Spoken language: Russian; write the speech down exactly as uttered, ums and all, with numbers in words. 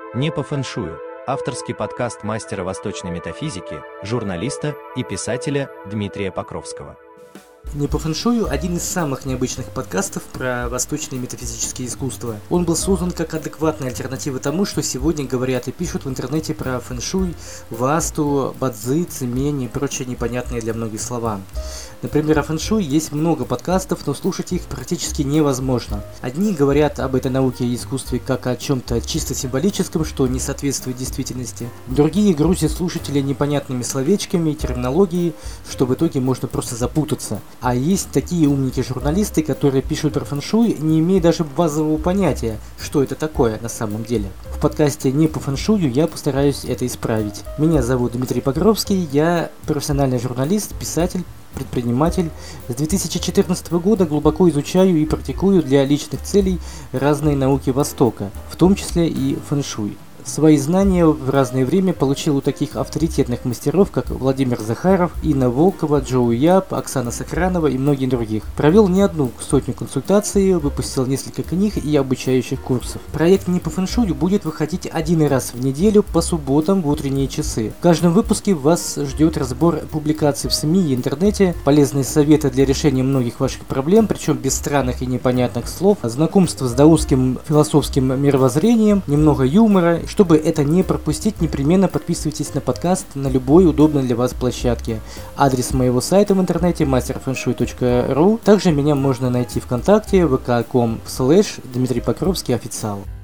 Не по фэншую. Авторский подкаст мастера восточной метафизики, журналиста и писателя Дмитрия Покровского. Не по фэншую – один из самых необычных подкастов про восточные метафизические искусства. Он был создан как адекватная альтернатива тому, что сегодня говорят и пишут в интернете про фэншуй, васту, бадзи, цимень и прочие непонятные для многих слова. Например, о фэншуй есть много подкастов, но слушать их практически невозможно. Одни говорят об этой науке и искусстве как о чем-то чисто символическом, что не соответствует действительности. Другие грузят слушателей непонятными словечками и терминологией, что в итоге можно просто запутаться. А есть такие умники-журналисты, которые пишут про фэншуй, не имея даже базового понятия, что это такое на самом деле. В подкасте «Не по фэншую» я постараюсь это исправить. Меня зовут Дмитрий Покровский, я профессиональный журналист, писатель, предприниматель. С две тысячи четырнадцатого года глубоко изучаю и практикую для личных целей разные науки Востока, в том числе и фэншуй. Свои знания в разное время получил у таких авторитетных мастеров, как Владимир Захаров, Инна Волкова, Джоу Яб, Оксана Сокранова и многие других. Провел не одну сотню консультаций, выпустил несколько книг и обучающих курсов. Проект «Не по фэншую» будет выходить один раз в неделю по субботам в утренние часы. В каждом выпуске вас ждет разбор публикаций в СМИ и интернете, полезные советы для решения многих ваших проблем, причем без странных и непонятных слов, знакомство с даосским философским мировоззрением, немного юмора. Чтобы это не пропустить, непременно подписывайтесь на подкаст на любой удобной для вас площадке. Адрес моего сайта в интернете мастер фэншуй точка ру. Также меня можно найти ВКонтакте, вэ ка точка ком слэш Дмитрий Покровский официал.